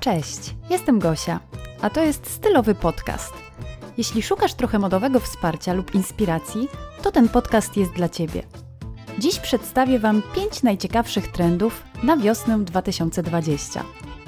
Cześć, jestem Gosia, a to jest stylowy podcast. Jeśli szukasz trochę modowego wsparcia lub inspiracji, to ten podcast jest dla Ciebie. Dziś przedstawię Wam 5 najciekawszych trendów na wiosnę 2020.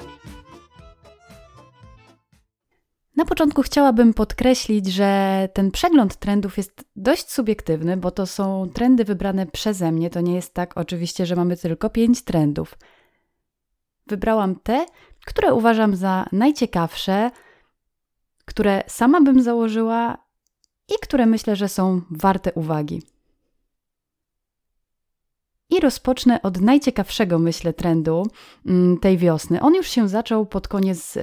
Na początku chciałabym podkreślić, że ten przegląd trendów jest dość subiektywny, bo to są trendy wybrane przeze mnie. To nie jest tak oczywiście, że mamy tylko 5 trendów. Wybrałam te, które uważam za najciekawsze, które sama bym założyła i które myślę, że są warte uwagi. I rozpocznę od najciekawszego, myślę, trendu tej wiosny. On już się zaczął pod koniec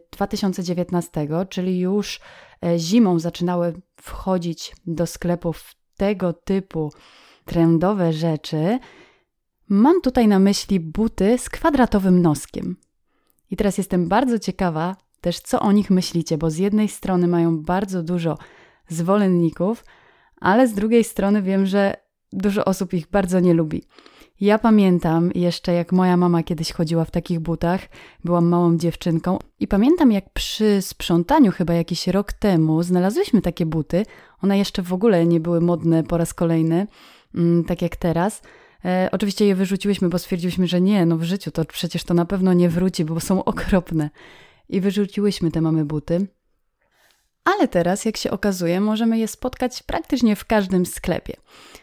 2019, czyli już zimą zaczynały wchodzić do sklepów tego typu trendowe rzeczy. Mam tutaj na myśli buty z kwadratowym noskiem. I teraz jestem bardzo ciekawa też, co o nich myślicie, bo z jednej strony mają bardzo dużo zwolenników, ale z drugiej strony wiem, że dużo osób ich bardzo nie lubi. Ja pamiętam jeszcze, jak moja mama kiedyś chodziła w takich butach, byłam małą dziewczynką i pamiętam, jak przy sprzątaniu chyba jakiś rok temu znalazłyśmy takie buty. One jeszcze w ogóle nie były modne po raz kolejny, tak jak teraz. Oczywiście je wyrzuciłyśmy, bo stwierdziłyśmy, że nie, no w życiu to przecież to na pewno nie wróci, bo są okropne. I wyrzuciłyśmy te mamy buty. Ale teraz, jak się okazuje, możemy je spotkać praktycznie w każdym sklepie.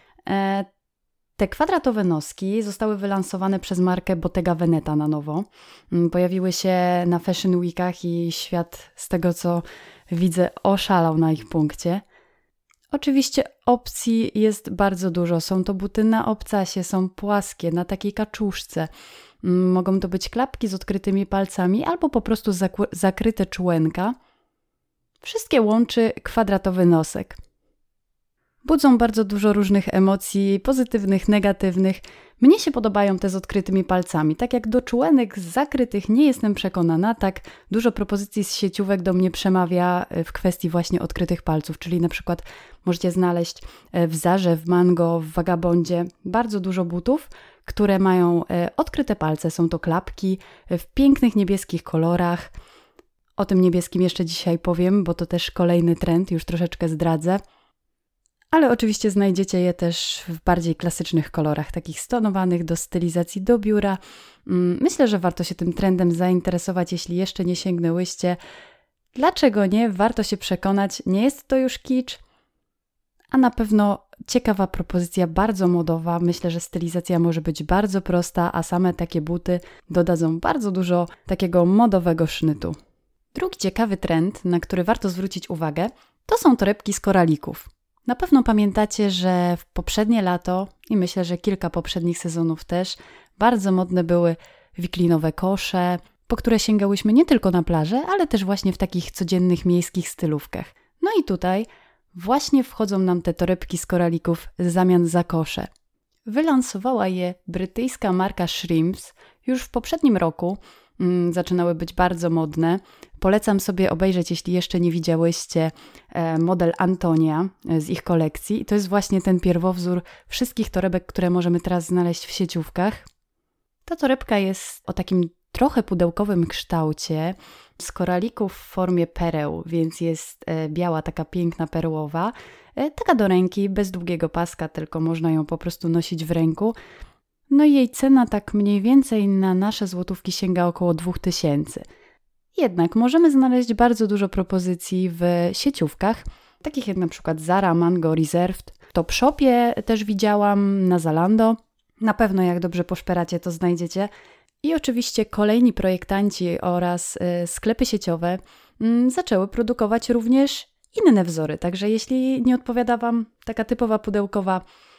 Te kwadratowe noski zostały wylansowane przez markę Bottega Veneta na nowo. Pojawiły się na Fashion Weekach i świat, z tego co widzę, oszalał na ich punkcie. Oczywiście opcji jest bardzo dużo. Są to buty na obcasie, są płaskie, na takiej kaczuszce. Mogą to być klapki z odkrytymi palcami albo po prostu zakryte człenka. Wszystkie łączy kwadratowy nosek. Budzą bardzo dużo różnych emocji, pozytywnych, negatywnych. Mnie się podobają te z odkrytymi palcami. Tak jak do członek zakrytych nie jestem przekonana, tak dużo propozycji z sieciówek do mnie przemawia w kwestii właśnie odkrytych palców. Czyli na przykład możecie znaleźć w Zarze, w Mango, w Vagabondzie bardzo dużo butów, które mają odkryte palce. Są to klapki w pięknych niebieskich kolorach. O tym niebieskim jeszcze dzisiaj powiem, bo to też kolejny trend, już troszeczkę zdradzę. Ale oczywiście znajdziecie je też w bardziej klasycznych kolorach, takich stonowanych do stylizacji do biura. Myślę, że warto się tym trendem zainteresować, jeśli jeszcze nie sięgnęłyście. Dlaczego nie? Warto się przekonać. Nie jest to już kicz, a na pewno ciekawa propozycja, bardzo modowa. Myślę, że stylizacja może być bardzo prosta, a same takie buty dodadzą bardzo dużo takiego modowego sznytu. Drugi ciekawy trend, na który warto zwrócić uwagę, to są torebki z koralików. Na pewno pamiętacie, że w poprzednie lato i myślę, że kilka poprzednich sezonów też bardzo modne były wiklinowe kosze, po które sięgałyśmy nie tylko na plaży, ale też właśnie w takich codziennych miejskich stylówkach. No i tutaj właśnie wchodzą nam te torebki z koralików w zamian za kosze. Wylansowała je brytyjska marka Shrimps już w poprzednim roku. Zaczynały być bardzo modne. Polecam sobie obejrzeć, jeśli jeszcze nie widziałyście, model Antonia z ich kolekcji. I to jest właśnie ten pierwowzór wszystkich torebek, które możemy teraz znaleźć w sieciówkach. Ta torebka jest o takim trochę pudełkowym kształcie, z koralików w formie pereł, więc jest biała, taka piękna perłowa. Taka do ręki, bez długiego paska, tylko można ją po prostu nosić w ręku. No i jej cena tak mniej więcej na nasze złotówki sięga około 2000. Jednak możemy znaleźć bardzo dużo propozycji w sieciówkach, takich jak na przykład Zara, Mango, Reserved. W Topshopie też widziałam, na Zalando. Na pewno jak dobrze poszperacie, to znajdziecie. I oczywiście kolejni projektanci oraz sklepy sieciowe zaczęły produkować również inne wzory. Także jeśli nie odpowiada Wam taka typowa pudełkowa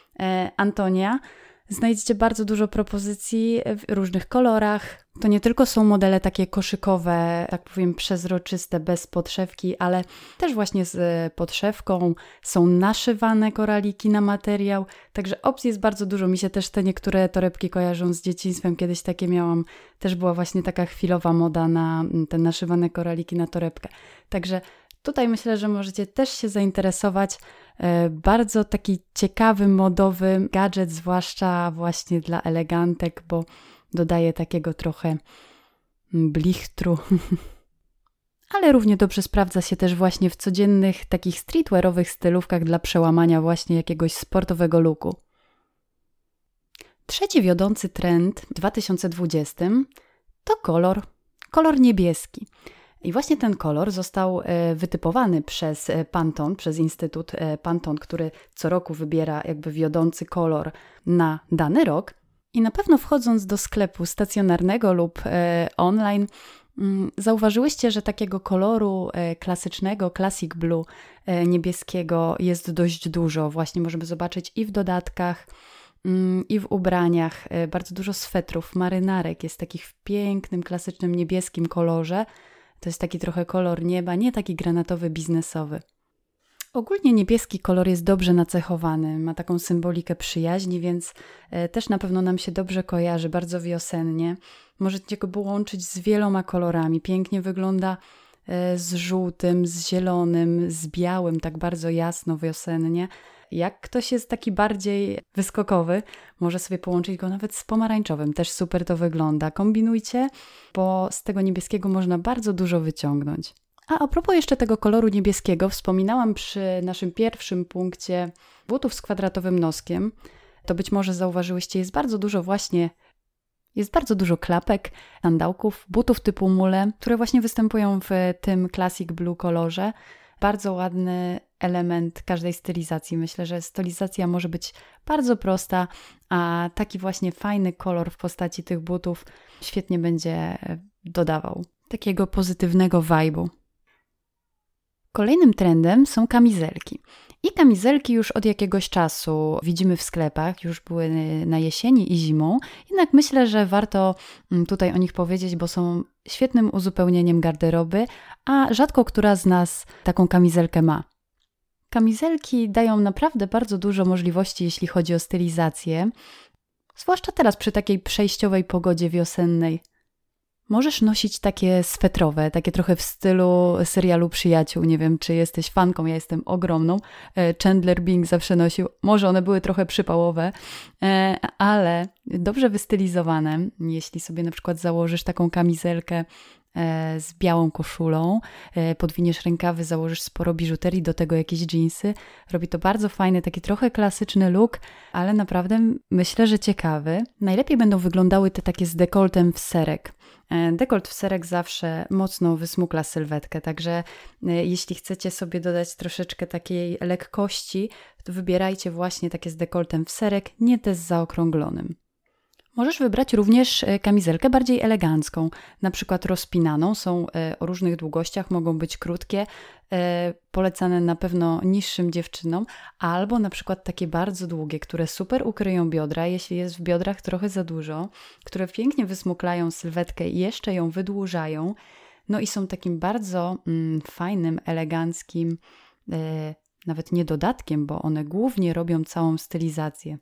Antonia, znajdziecie bardzo dużo propozycji w różnych kolorach. To nie tylko są modele takie koszykowe, tak powiem przezroczyste, bez podszewki, ale też właśnie z podszewką. Są naszywane koraliki na materiał, także opcji jest bardzo dużo. Mi się też te niektóre torebki kojarzą z dzieciństwem. Kiedyś takie miałam. Też była właśnie taka chwilowa moda na te naszywane koraliki na torebkę. Także tutaj myślę, że możecie też się zainteresować. Bardzo taki ciekawy, modowy gadżet, zwłaszcza właśnie dla elegantek, bo dodaje takiego trochę blichtru. Ale równie dobrze sprawdza się też właśnie w codziennych, takich streetwearowych stylówkach dla przełamania właśnie jakiegoś sportowego looku. Trzeci wiodący trend w 2020 to kolor niebieski. I właśnie ten kolor został wytypowany przez Pantone, przez Instytut Pantone, który co roku wybiera jakby wiodący kolor na dany rok. I na pewno wchodząc do sklepu stacjonarnego lub online, zauważyłyście, że takiego koloru klasycznego, Classic Blue niebieskiego jest dość dużo. Właśnie możemy zobaczyć i w dodatkach, i w ubraniach. Bardzo dużo swetrów, marynarek jest takich w pięknym, klasycznym niebieskim kolorze. To jest taki trochę kolor nieba, nie taki granatowy, biznesowy. Ogólnie niebieski kolor jest dobrze nacechowany, ma taką symbolikę przyjaźni, więc też na pewno nam się dobrze kojarzy, bardzo wiosennie. Możecie go połączyć z wieloma kolorami, pięknie wygląda z żółtym, z zielonym, z białym, tak bardzo jasno wiosennie. Jak ktoś jest taki bardziej wyskokowy, może sobie połączyć go nawet z pomarańczowym, też super to wygląda. Kombinujcie, bo z tego niebieskiego można bardzo dużo wyciągnąć. A propos jeszcze tego koloru niebieskiego, wspominałam przy naszym pierwszym punkcie butów z kwadratowym noskiem. To być może zauważyłyście, jest bardzo dużo klapek, sandałków, butów typu mule, które właśnie występują w tym Classic Blue kolorze. Bardzo ładny element każdej stylizacji. Myślę, że stylizacja może być bardzo prosta, a taki właśnie fajny kolor w postaci tych butów świetnie będzie dodawał takiego pozytywnego vibe'u. Kolejnym trendem są kamizelki. I kamizelki już od jakiegoś czasu widzimy w sklepach, już były na jesieni i zimą. Jednak myślę, że warto tutaj o nich powiedzieć, bo są świetnym uzupełnieniem garderoby, a rzadko która z nas taką kamizelkę ma. Kamizelki dają naprawdę bardzo dużo możliwości, jeśli chodzi o stylizację, zwłaszcza teraz przy takiej przejściowej pogodzie wiosennej. Możesz nosić takie swetrowe, takie trochę w stylu serialu Przyjaciół. Nie wiem, czy jesteś fanką, ja jestem ogromną. Chandler Bing zawsze nosił. Może one były trochę przypałowe, ale dobrze wystylizowane. Jeśli sobie na przykład założysz taką kamizelkę z białą koszulą, podwiniesz rękawy, założysz sporo biżuterii, do tego jakieś dżinsy. Robi to bardzo fajny, taki trochę klasyczny look, ale naprawdę myślę, że ciekawy. Najlepiej będą wyglądały te takie z dekoltem w serek. Dekolt w serek zawsze mocno wysmukla sylwetkę, także jeśli chcecie sobie dodać troszeczkę takiej lekkości, to wybierajcie właśnie takie z dekoltem w serek, nie te z zaokrąglonym. Możesz wybrać również kamizelkę bardziej elegancką, na przykład rozpinaną, są o różnych długościach, mogą być krótkie, polecane na pewno niższym dziewczynom, albo na przykład takie bardzo długie, które super ukryją biodra, jeśli jest w biodrach trochę za dużo, które pięknie wysmuklają sylwetkę i jeszcze ją wydłużają, no i są takim bardzo fajnym, eleganckim, nawet nie dodatkiem, bo one głównie robią całą stylizację.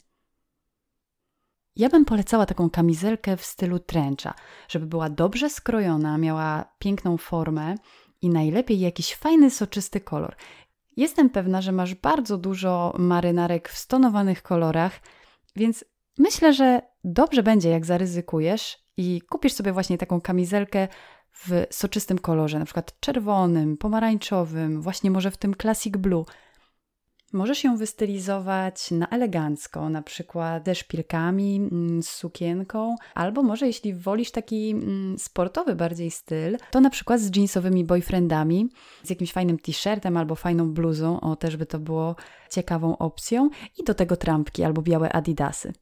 Ja bym polecała taką kamizelkę w stylu trencha, żeby była dobrze skrojona, miała piękną formę i najlepiej jakiś fajny, soczysty kolor. Jestem pewna, że masz bardzo dużo marynarek w stonowanych kolorach, więc myślę, że dobrze będzie, jak zaryzykujesz i kupisz sobie właśnie taką kamizelkę w soczystym kolorze, na przykład czerwonym, pomarańczowym, właśnie może w tym Classic Blue. Możesz ją wystylizować na elegancko, na przykład ze szpilkami, z sukienką, albo może jeśli wolisz taki sportowy bardziej styl, to na przykład z jeansowymi boyfriendami, z jakimś fajnym t-shirtem albo fajną bluzą, też by to było ciekawą opcją i do tego trampki albo białe adidasy.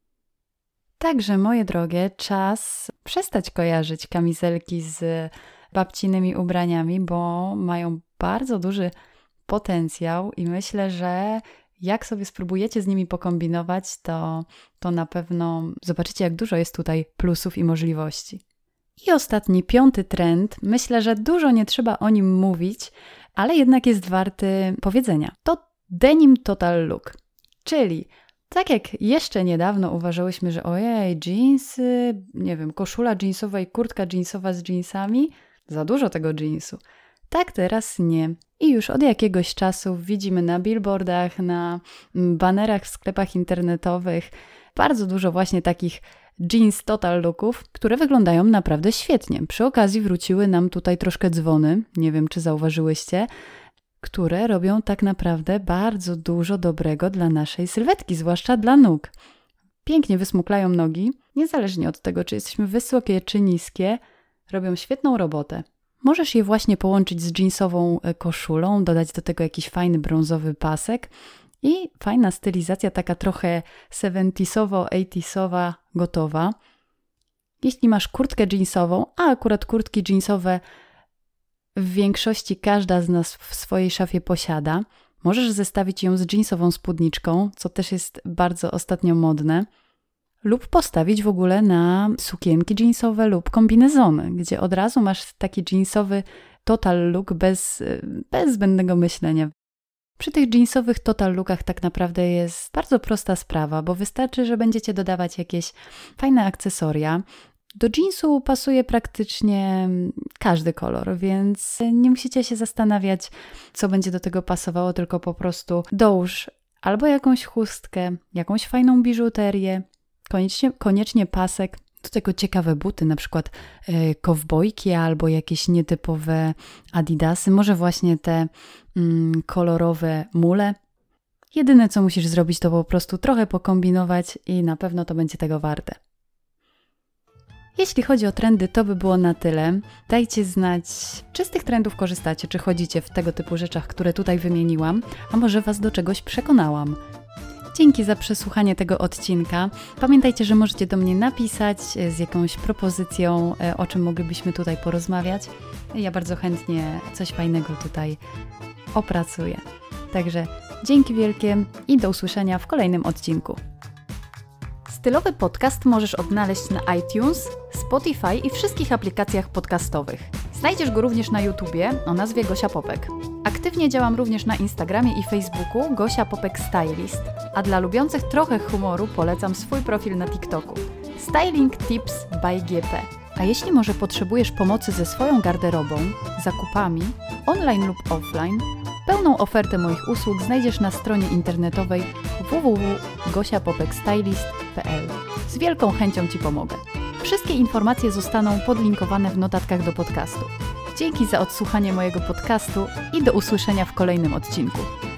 Także moje drogie, czas przestać kojarzyć kamizelki z babcininymi ubraniami, bo mają bardzo duży potencjał i myślę, że jak sobie spróbujecie z nimi pokombinować, to na pewno zobaczycie, jak dużo jest tutaj plusów i możliwości. I ostatni, 5. trend, myślę, że dużo nie trzeba o nim mówić, ale jednak jest warty powiedzenia. To denim total look, czyli tak jak jeszcze niedawno uważałyśmy, że ojej, dżinsy, nie wiem, koszula jeansowa i kurtka jeansowa z jeansami, za dużo tego jeansu. Tak teraz nie. I już od jakiegoś czasu widzimy na billboardach, na banerach w sklepach internetowych bardzo dużo właśnie takich jeans total looków, które wyglądają naprawdę świetnie. Przy okazji wróciły nam tutaj troszkę dzwony, nie wiem czy zauważyłyście, które robią tak naprawdę bardzo dużo dobrego dla naszej sylwetki, zwłaszcza dla nóg. Pięknie wysmuklają nogi, niezależnie od tego, czy jesteśmy wysokie, czy niskie, robią świetną robotę. Możesz je właśnie połączyć z jeansową koszulą, dodać do tego jakiś fajny brązowy pasek i fajna stylizacja, taka trochę 70sowo, 80sowa, gotowa. Jeśli masz kurtkę jeansową, a akurat kurtki jeansowe w większości każda z nas w swojej szafie posiada, możesz zestawić ją z jeansową spódniczką, co też jest bardzo ostatnio modne, lub postawić w ogóle na sukienki jeansowe lub kombinezony, gdzie od razu masz taki jeansowy total look bez zbędnego myślenia. Przy tych jeansowych total lookach tak naprawdę jest bardzo prosta sprawa, bo wystarczy, że będziecie dodawać jakieś fajne akcesoria. Do jeansu pasuje praktycznie każdy kolor, więc nie musicie się zastanawiać, co będzie do tego pasowało, tylko po prostu dołóż albo jakąś chustkę, jakąś fajną biżuterię, koniecznie pasek, do tego ciekawe buty, na przykład kowbojki albo jakieś nietypowe adidasy, może właśnie te kolorowe mule. Jedyne co musisz zrobić to po prostu trochę pokombinować i na pewno to będzie tego warte. Jeśli chodzi o trendy, to by było na tyle. Dajcie znać, czy z tych trendów korzystacie, czy chodzicie w tego typu rzeczach, które tutaj wymieniłam, a może Was do czegoś przekonałam. Dzięki za przesłuchanie tego odcinka. Pamiętajcie, że możecie do mnie napisać z jakąś propozycją, o czym moglibyśmy tutaj porozmawiać. Ja bardzo chętnie coś fajnego tutaj opracuję. Także dzięki wielkie i do usłyszenia w kolejnym odcinku. Stylowy podcast możesz odnaleźć na iTunes, Spotify i wszystkich aplikacjach podcastowych. Znajdziesz go również na YouTubie o nazwie Gosia Popek. Aktywnie działam również na Instagramie i Facebooku Gosia Popek Stylist, a dla lubiących trochę humoru polecam swój profil na TikToku Styling Tips by GP. A jeśli może potrzebujesz pomocy ze swoją garderobą, zakupami, online lub offline, pełną ofertę moich usług znajdziesz na stronie internetowej www.gosiapopekstylist.pl. Z wielką chęcią Ci pomogę. Wszystkie informacje zostaną podlinkowane w notatkach do podcastu. Dzięki za odsłuchanie mojego podcastu i do usłyszenia w kolejnym odcinku.